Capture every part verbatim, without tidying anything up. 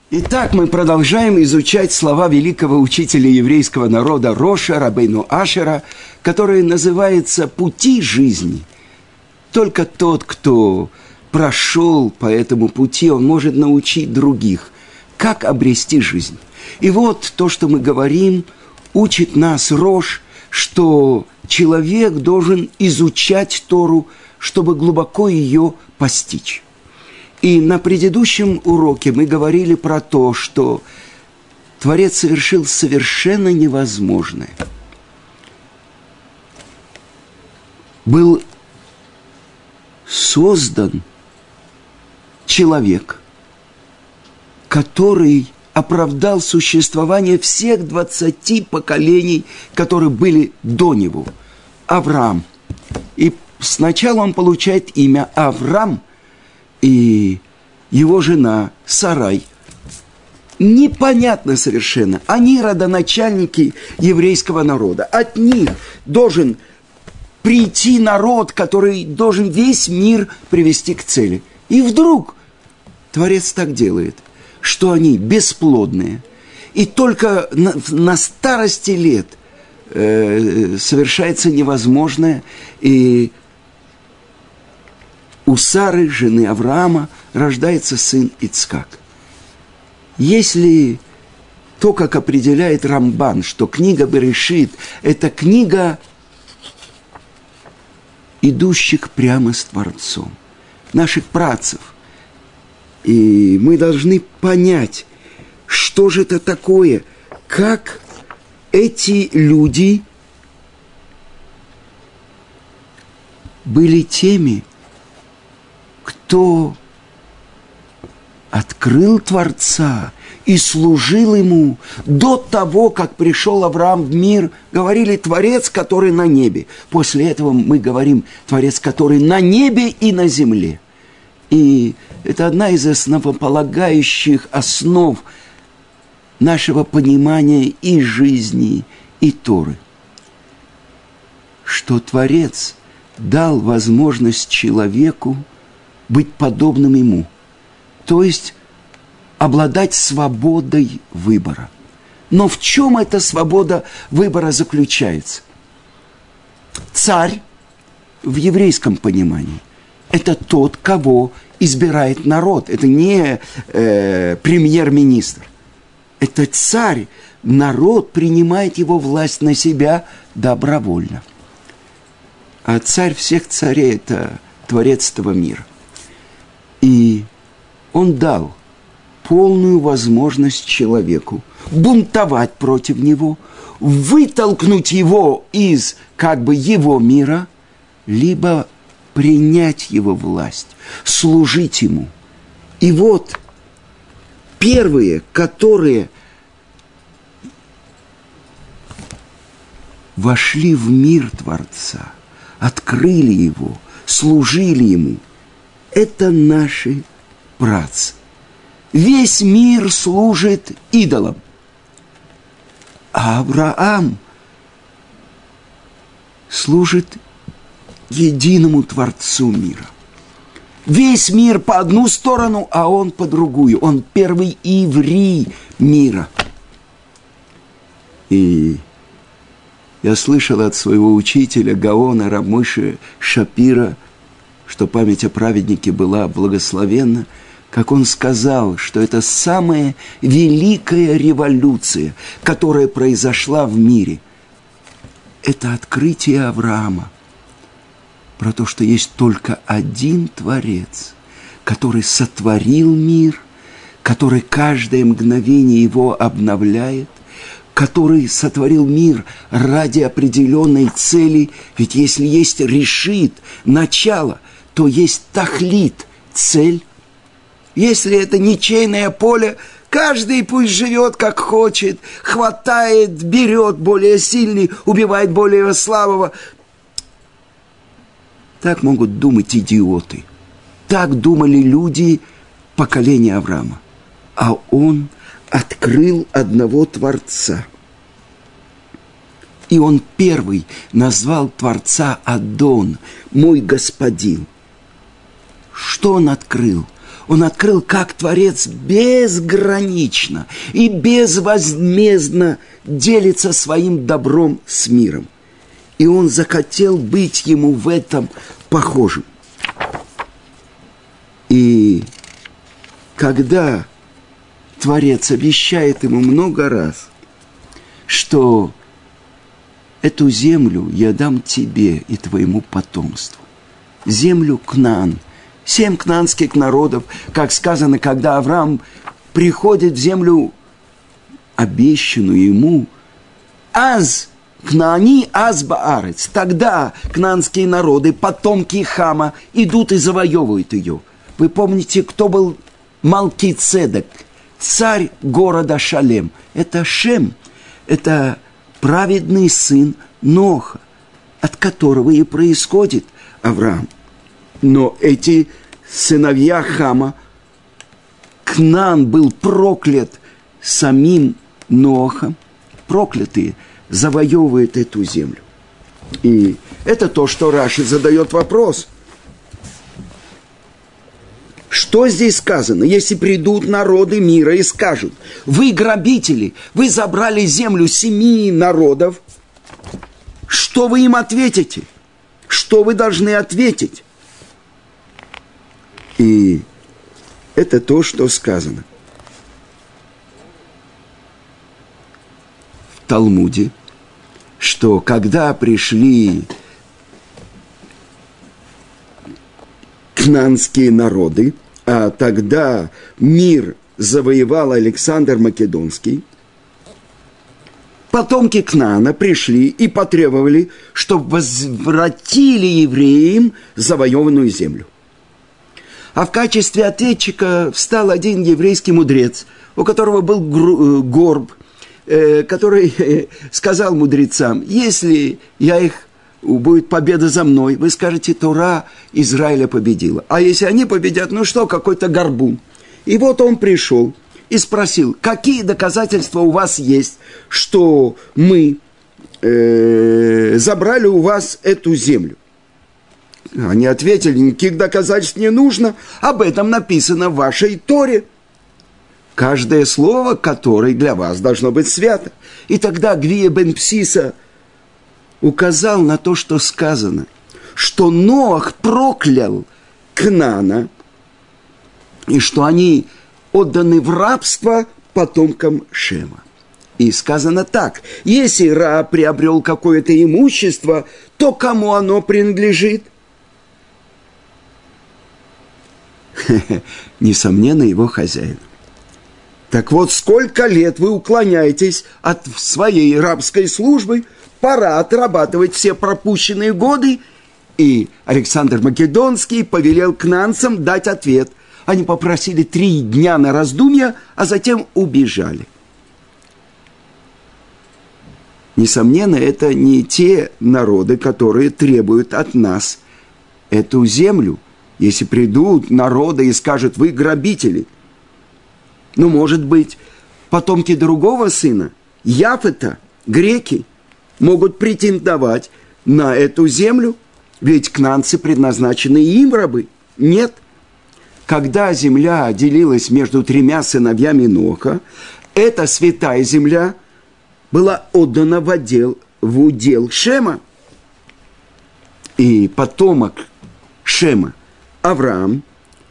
Итак, мы продолжаем изучать слова великого учителя еврейского народа Роша Рабейну Ашера, который называется «Пути жизни». Только тот, кто прошел по этому пути, он может научить других, как обрести жизнь. И вот то, что мы говорим, учит нас Рош, что человек должен изучать Тору, чтобы глубоко ее постичь. И на предыдущем уроке мы говорили про то, что Творец совершил совершенно невозможное. Был создан человек, который оправдал существование всех двадцати поколений, которые были до него. Авраам. И сначала он получает имя Авраам, и его жена Сарай. Непонятно совершенно. Они родоначальники еврейского народа. От них должен прийти народ, который должен весь мир привести к цели. И вдруг Творец так делает, что они бесплодные. И только на, на старости лет э, совершается невозможное. И у Сары, жены Авраама, рождается сын Ицхак. Если то, как определяет Рамбан, что книга Берешит – это книга идущих прямо с Творцом, наших працев. И мы должны понять, что же это такое, как эти люди были теми, кто открыл Творца и служил Ему до того, как пришел Авраам в мир. Говорили «Творец, который на небе». После этого мы говорим «Творец, который на небе и на земле». И это одна из основополагающих основ нашего понимания и жизни, и Торы. Что Творец дал возможность человеку быть подобным ему, то есть обладать свободой выбора. Но в чем эта свобода выбора заключается? Царь в еврейском понимании – это тот, кого избирает народ. Это не э, премьер-министр. Это царь. Народ принимает его власть на себя добровольно. А царь всех царей – это Творец этого мира. И он дал полную возможность человеку бунтовать против него, вытолкнуть его из как бы его мира, либо принять его власть, служить ему. И вот первые, которые вошли в мир Творца, открыли его, служили ему, это наши працы. Весь мир служит идолам. А Авраам служит единому Творцу мира. Весь мир по одну сторону, а он по другую. Он первый иврий мира. И я слышал от своего учителя Гаона Рав Мойше Шапира, что память о праведнике была благословенна, как он сказал, что это самая великая революция, которая произошла в мире. Это открытие Авраама про то, что есть только один Творец, который сотворил мир, который каждое мгновение его обновляет, который сотворил мир ради определенной цели. Ведь если есть решит, начало, то есть тахлит, цель. Если это ничейное поле, каждый пусть живет как хочет, хватает, берет более сильный, убивает более слабого. Так могут думать идиоты. Так думали люди поколения Авраама. А он открыл одного Творца. И он первый назвал Творца Адон, мой господин. Что он открыл? Он открыл, как Творец безгранично и безвозмездно делится своим добром с миром. И он захотел быть ему в этом похожим. И когда Творец обещает ему много раз, что эту землю я дам тебе и твоему потомству, землю Кнаан, семь кнаанских народов, как сказано, когда Авраам приходит в землю, обещанную ему, аз Кнаани, аз баарец, тогда кнаанские народы, потомки Хама, идут и завоевывают ее. Вы помните, кто был Малкицедек, царь города Шалем? Это Шем, это праведный сын Ноха, от которого и происходит Авраам. Но эти сыновья Хама, Кнаан был проклят самим Нохом, проклятые, завоевывают эту землю. И это то, что Раши задает вопрос. Что здесь сказано? Если придут народы мира и скажут: вы грабители, вы забрали землю семи народов, что вы им ответите? Что вы должны ответить? И это то, что сказано в Талмуде, что когда пришли кнаанские народы, а тогда мир завоевал Александр Македонский, потомки Кнаана пришли и потребовали, чтобы возвратили евреям завоеванную землю. А в качестве ответчика встал один еврейский мудрец, у которого был горб, который сказал мудрецам: если я их, будет победа за мной, вы скажете, Тора Израиля победила. А если они победят, ну что, какой-то горбун. И вот он пришел и спросил: какие доказательства у вас есть, что мы э, забрали у вас эту землю? Они ответили: никаких доказательств не нужно, об этом написано в вашей Торе. Каждое слово, которое для вас должно быть свято. И тогда Гвия бен Псиса указал на то, что сказано, что Ноах проклял Кнаана, и что они отданы в рабство потомкам Шема. И сказано так: если раб приобрел какое-то имущество, то кому оно принадлежит? Несомненно, его хозяину. Так вот, сколько лет вы уклоняетесь от своей рабской службы, пора отрабатывать все пропущенные годы. И Александр Македонский повелел кнаанцам дать ответ. Они попросили три дня на раздумья, а затем убежали. Несомненно, это не те народы, которые требуют от нас эту землю. Если придут народы и скажут: вы грабители. Ну, может быть, потомки другого сына, Яфета, греки, могут претендовать на эту землю, ведь кнаанцы предназначены им рабы. Нет. Когда земля делилась между тремя сыновьями Ноха, эта святая земля была отдана в, отдел, в удел Шема. И потомок Шема, Авраам,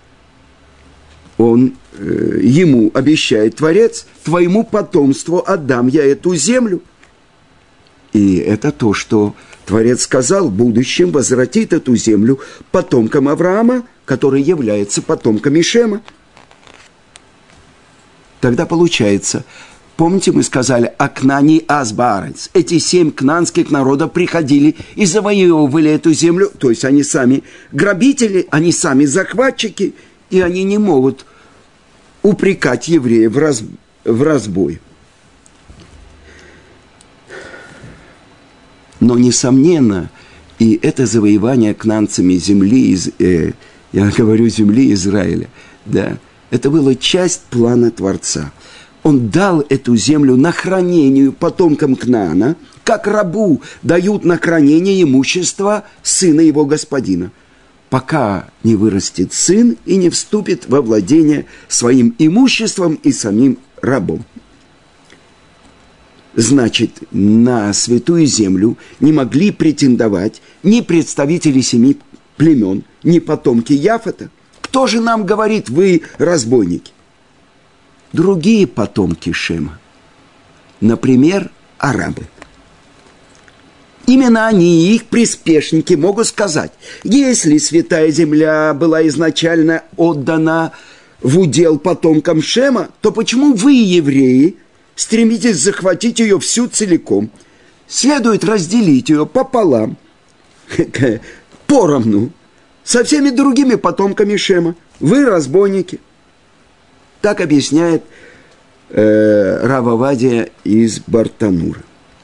он, э, ему обещает Творец: твоему потомству отдам я эту землю. И это то, что Творец сказал: в будущем возвратит эту землю потомкам Авраама, который является потомками Шема. Тогда получается, помните, мы сказали о Кнаане аз баарец. Эти семь кнаанских народов приходили и завоевывали эту землю, то есть они сами грабители, они сами захватчики, и они не могут упрекать евреев в, раз, в разбой. Но, несомненно, и это завоевание кнаанцами земли, из, э, я говорю, земли Израиля, да, это была часть плана Творца. Он дал эту землю на хранение потомкам Кнаана, как рабу дают на хранение имущество сына его господина. пока не вырастет сын и не вступит во владение своим имуществом и самим рабом. Значит, на святую землю не могли претендовать ни представители семи племен, ни потомки Яфета. Кто же нам говорит, вы разбойники? Другие потомки Шема. Например, арабы. Именно они и их приспешники могут сказать, если святая земля была изначально отдана в удел потомкам Шема, то почему вы, евреи, стремитесь захватить ее всю целиком? Следует разделить ее пополам, поровну, со всеми другими потомками Шема. Вы разбойники. Так объясняет э, Рав Овадия из Бартанура.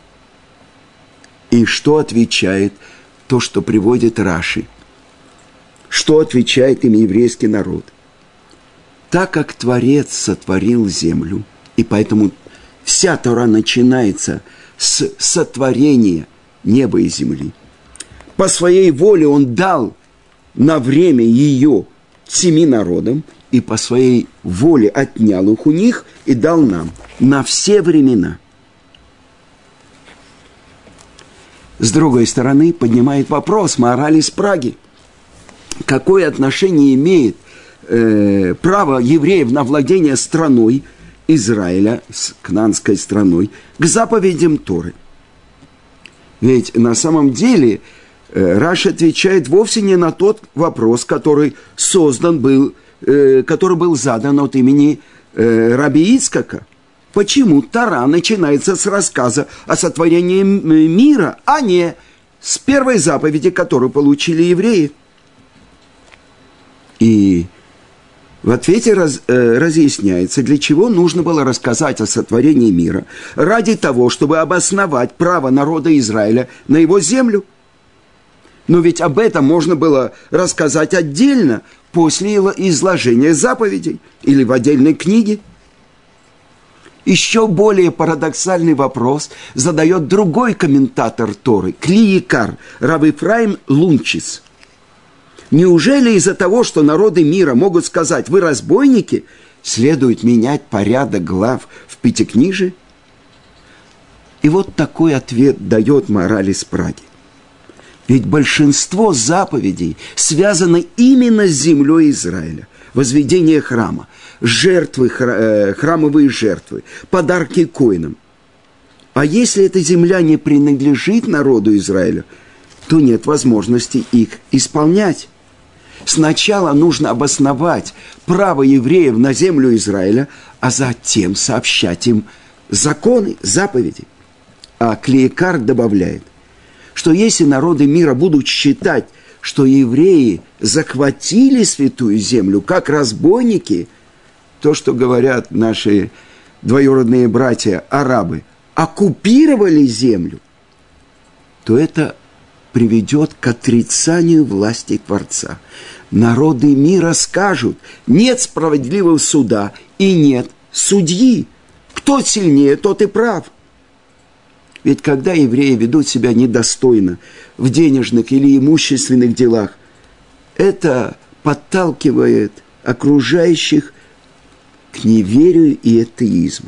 И что отвечает то, что приводит Раши? Что отвечает им еврейский народ? Так как Творец сотворил землю, и поэтому вся Тора начинается с сотворения неба и земли, по своей воле Он дал на время ее семи народам, и по своей воле отнял их у них и дал нам на все времена. С другой стороны, поднимает вопрос Маораль из Праги. Какое отношение имеет э, право евреев на владение страной Израиля, с кнаанской страной, к заповедям Торы? Ведь на самом деле э, Раши отвечает вовсе не на тот вопрос, который создан был, э, который был задан от имени э, Раби Ицхака. Почему Тора начинается с рассказа о сотворении мира, а не с первой заповеди, которую получили евреи? И в ответе раз, э, разъясняется, для чего нужно было рассказать о сотворении мира. Ради того, чтобы обосновать право народа Израиля на его землю. Но ведь об этом можно было рассказать отдельно, после изложения заповедей или в отдельной книге. Еще более парадоксальный вопрос задает другой комментатор Торы, Кли-Якар, Рав Ефраим Лунчис. Неужели из-за того, что народы мира могут сказать «вы разбойники», следует менять порядок глав в Пятикнижии? И вот такой ответ дает Маораль из Праги. Ведь большинство заповедей связано именно с землей Израиля. Возведение храма, жертвы, храмовые жертвы, подарки коинам. А если эта земля не принадлежит народу Израиля, то нет возможности их исполнять. Сначала нужно обосновать право евреев на землю Израиля, а затем сообщать им законы, заповеди. А Кли-Якар добавляет, что если народы мира будут считать, что евреи захватили святую землю, как разбойники, то, что говорят наши двоюродные братья арабы, оккупировали землю, то это приведет к отрицанию власти Творца. Народы мира скажут, нет справедливого суда и нет судьи. Кто сильнее, тот и прав. Ведь когда евреи ведут себя недостойно в денежных или имущественных делах, это подталкивает окружающих к неверию и атеизму.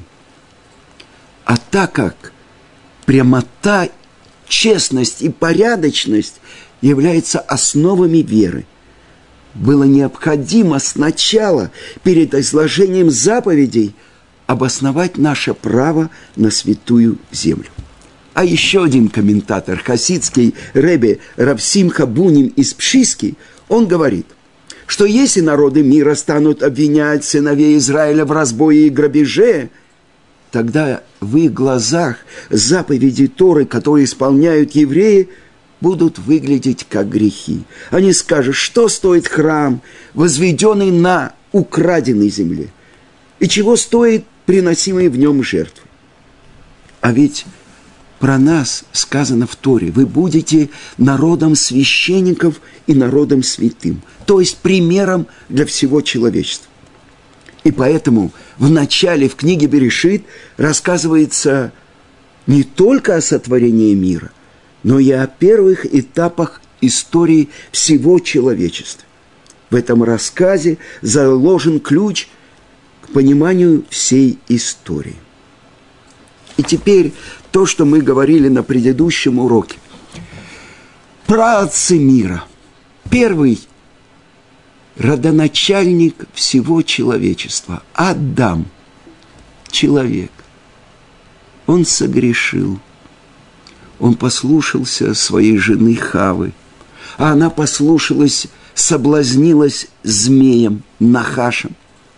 А так как прямота, честность и порядочность являются основами веры, было необходимо сначала, перед изложением заповедей, обосновать наше право на святую землю. А еще один комментатор, хасидский ребе Рав Симха Бунин из Пшиски, он говорит, что если народы мира станут обвинять сыновей Израиля в разбое и грабеже, тогда в их глазах заповеди Торы, которые исполняют евреи, будут выглядеть как грехи. Они скажут, что стоит храм, возведенный на украденной земле, и чего стоит приносимые в нем жертвы. А ведь про нас сказано в Торе, вы будете народом священников и народом святым, то есть примером для всего человечества. И поэтому в начале в книге Берешит рассказывается не только о сотворении мира, но и о первых этапах истории всего человечества. В этом рассказе заложен ключ к пониманию всей истории. И теперь то, что мы говорили на предыдущем уроке. Праотцы мира. Первый родоначальник всего человечества. Адам. Человек. Он согрешил. Он послушался своей жены Хавы. А она послушалась, соблазнилась змеем, Нахашем.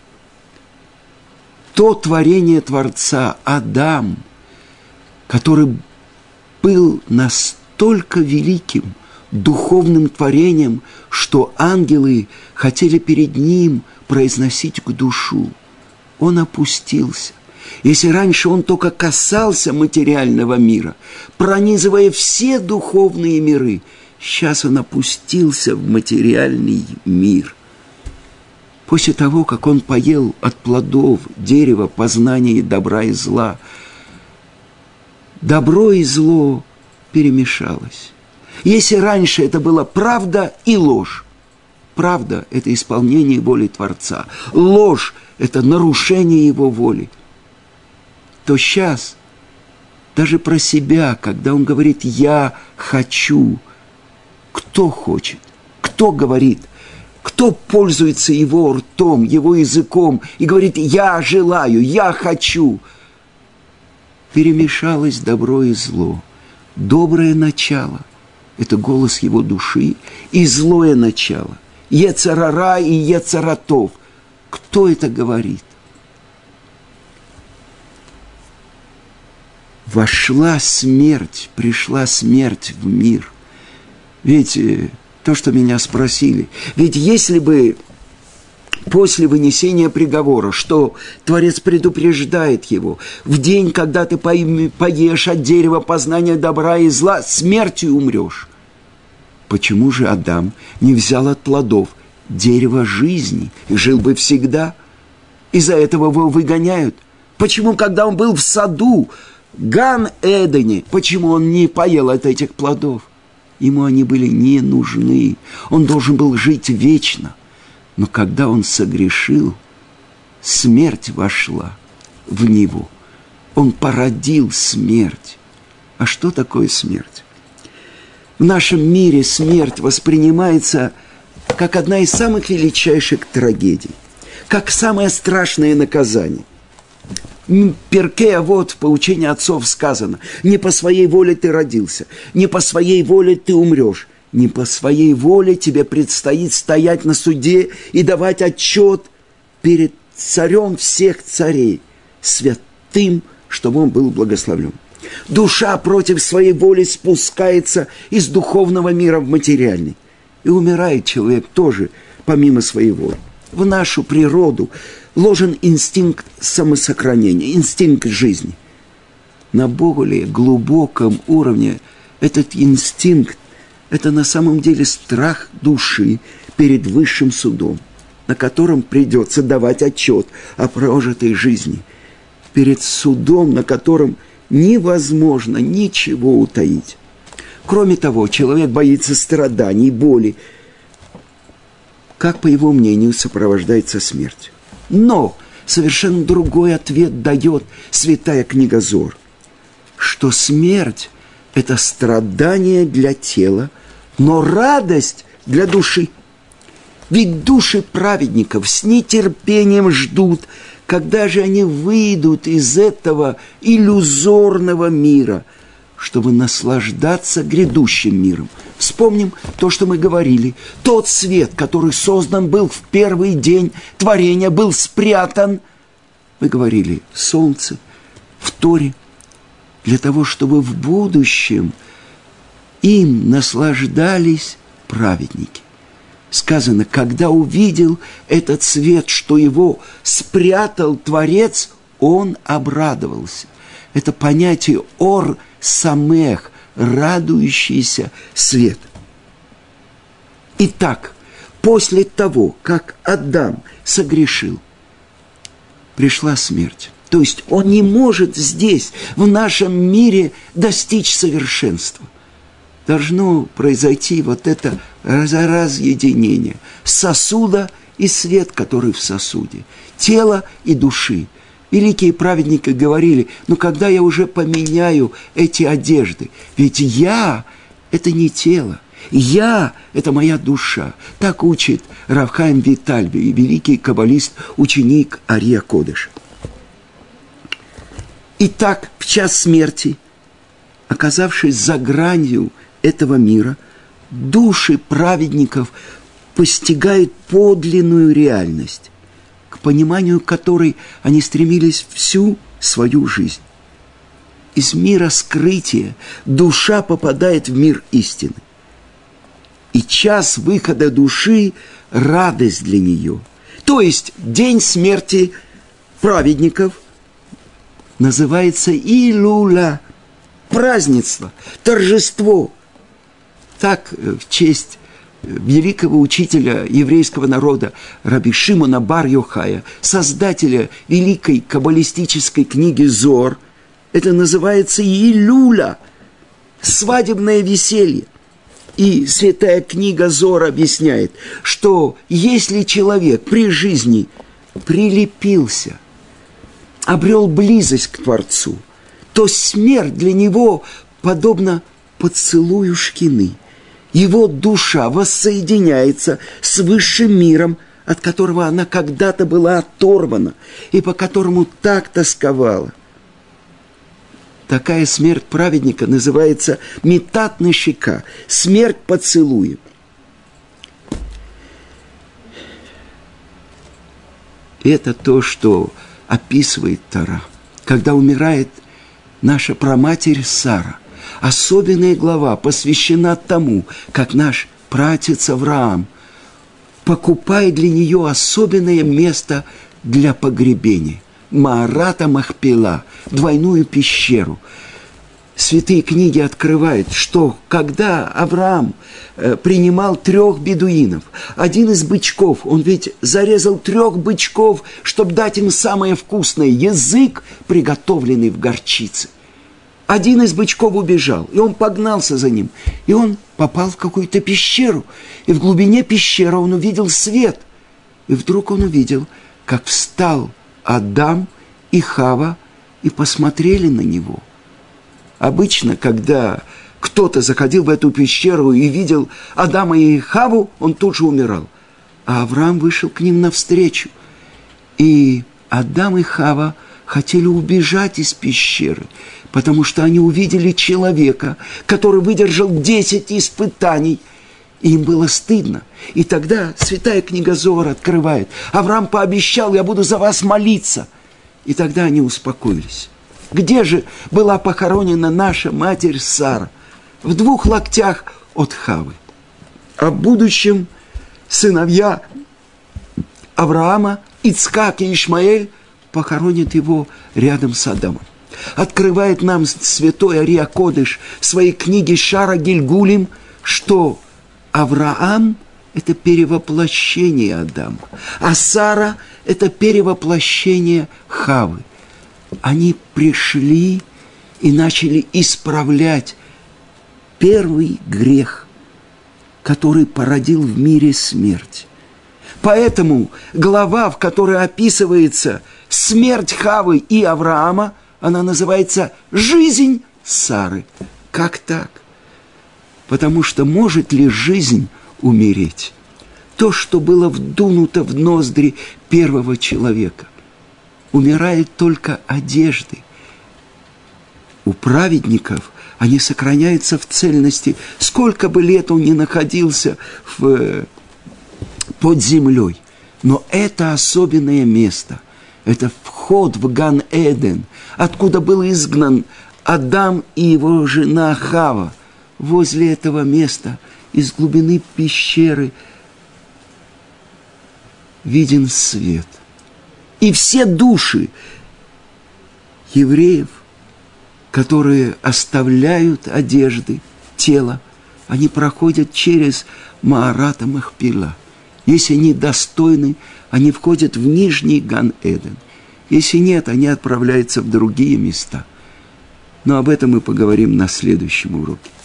То творение Творца, Адам, который был настолько великим духовным творением, что ангелы хотели перед ним произносить к душу. Он опустился. Если раньше он только касался материального мира, пронизывая все духовные миры, сейчас он опустился в материальный мир. После того, как он поел от плодов дерева познания добра и зла, добро и зло перемешалось. Если раньше это была правда и ложь, правда – это исполнение воли Творца, ложь – это нарушение его воли, то сейчас даже про себя, когда он говорит «я хочу», кто хочет, кто говорит, кто пользуется его ртом, его языком и говорит «я желаю, я хочу», перемешалось добро и зло. Доброе начало – это голос его души, и злое начало – Йецер ара и Йецер тов. Кто это говорит? Вошла смерть, пришла смерть в мир. Ведь то, что меня спросили, ведь если бы после вынесения приговора, что Творец предупреждает его, в день, когда ты поешь от дерева познания добра и зла, смертью умрешь. Почему же Адам не взял от плодов дерева жизни и жил бы всегда? Из-за этого его выгоняют. Почему, когда он был в саду, Ган-Эдене, почему он не поел от этих плодов? Ему они были не нужны. Он должен был жить вечно. Но когда он согрешил, смерть вошла в него. Он породил смерть. А что такое смерть? В нашем мире смерть воспринимается как одна из самых величайших трагедий, как самое страшное наказание. В Перкей Авот, в поучении отцов сказано: не по своей воле ты родился, не по своей воле ты умрешь, не по своей воле тебе предстоит стоять на суде и давать отчет перед царем всех царей, святым, чтобы он был благословлен. Душа против своей воли спускается из духовного мира в материальный. И умирает человек тоже помимо своей воли. В нашу природу ложен инстинкт самосохранения, инстинкт жизни. На более глубоком уровне этот инстинкт – это на самом деле страх души перед высшим судом, на котором придется давать отчет о прожитой жизни, перед судом, на котором невозможно ничего утаить. Кроме того, человек боится страданий, боли. Как, по его мнению, сопровождается смерть? Но совершенно другой ответ дает святая книга Зоар, что смерть – это страдание для тела, но радость для души. Ведь души праведников с нетерпением ждут, когда же они выйдут из этого иллюзорного мира, чтобы наслаждаться грядущим миром. Вспомним то, что мы говорили. Тот свет, который создан был в первый день творения, был спрятан, мы говорили, солнце, в Торе, для того, чтобы в будущем им наслаждались праведники. Сказано, когда увидел этот свет, что его спрятал Творец, он обрадовался. Это понятие ор самех, радующийся свет. Итак, после того, как Адам согрешил, пришла смерть. То есть он не может здесь, в нашем мире, достичь совершенства. должно произойти вот это разъединение сосуда и свет, который в сосуде, тела и души. Великие праведники говорили: ну когда я уже поменяю эти одежды? Ведь я – это не тело, я – это моя душа. Так учит Рав Хаим Витальби, великий каббалист, ученик Ария Кодеша. Итак, в час смерти, оказавшись за гранью этого мира, души праведников постигают подлинную реальность, к пониманию которой они стремились всю свою жизнь. Из мира скрытия душа попадает в мир истины. И час выхода души – радость для нее. То есть день смерти праведников называется Илула, празднество, торжество. Так в честь великого учителя еврейского народа Раби Шимона бар Йохая, создателя великой каббалистической книги Зоар, это называется Илула, свадебное веселье. И святая книга Зоар объясняет, что если человек при жизни прилепился, обрел близость к Творцу, то смерть для него подобна поцелую шкины. Его душа воссоединяется с высшим миром, от которого она когда-то была оторвана и по которому так тосковала. Такая смерть праведника называется метат нешика, смерть поцелуем. Это то, что описывает Тора, когда умирает наша праматерь Сара. Особенная глава посвящена тому, как наш праотец Авраам покупает для нее особенное место для погребения. Маарата Махпела, двойную пещеру. Святые книги открывают, что когда Авраам э, принимал трех бедуинов, один из бычков, он ведь зарезал трех бычков, чтобы дать им самое вкусное – язык, приготовленный в горчице. Один из бычков убежал, и он погнался за ним. И он попал в какую-то пещеру. И в глубине пещеры он увидел свет. И вдруг он увидел, как встал Адам и Хава и посмотрели на него. Обычно, когда кто-то заходил в эту пещеру и видел Адама и Хаву, он тут же умирал. А Авраам вышел к ним навстречу. И Адам и Хава хотели убежать из пещеры, потому что они увидели человека, который выдержал десять испытаний, и им было стыдно. И тогда святая книга Зоар открывает: Авраам пообещал: я буду за вас молиться. И тогда они успокоились. Где же была похоронена наша матерь Сара? В двух локтях от Хавы. А в будущем сыновья Авраама, Ицхак и Ишмаэль, похоронят его рядом с Адамом. Открывает нам святой Ария Кодеш в своей книге Шара Гильгулим, что Авраам – это перевоплощение Адама, а Сара – это перевоплощение Хавы. Они пришли и начали исправлять первый грех, который породил в мире смерть. Поэтому глава, в которой описывается смерть Хавы и Авраама, она называется «Жизнь Сары». Как так? Потому что может ли жизнь умереть? То, что было вдунуто в ноздри первого человека. Умирает только одежды. У праведников они сохраняются в цельности. Сколько бы лет он ни находился в, под землей. Но это особенное место. Это вход в Ган-Эден, откуда был изгнан Адам и его жена Хава. Возле этого места, из глубины пещеры, виден свет. И все души евреев, которые оставляют одежды, тело, они проходят через Маарата Махпела. Если они достойны, они входят в нижний Ган-Эден. Если нет, они отправляются в другие места. Но об этом мы поговорим на следующем уроке.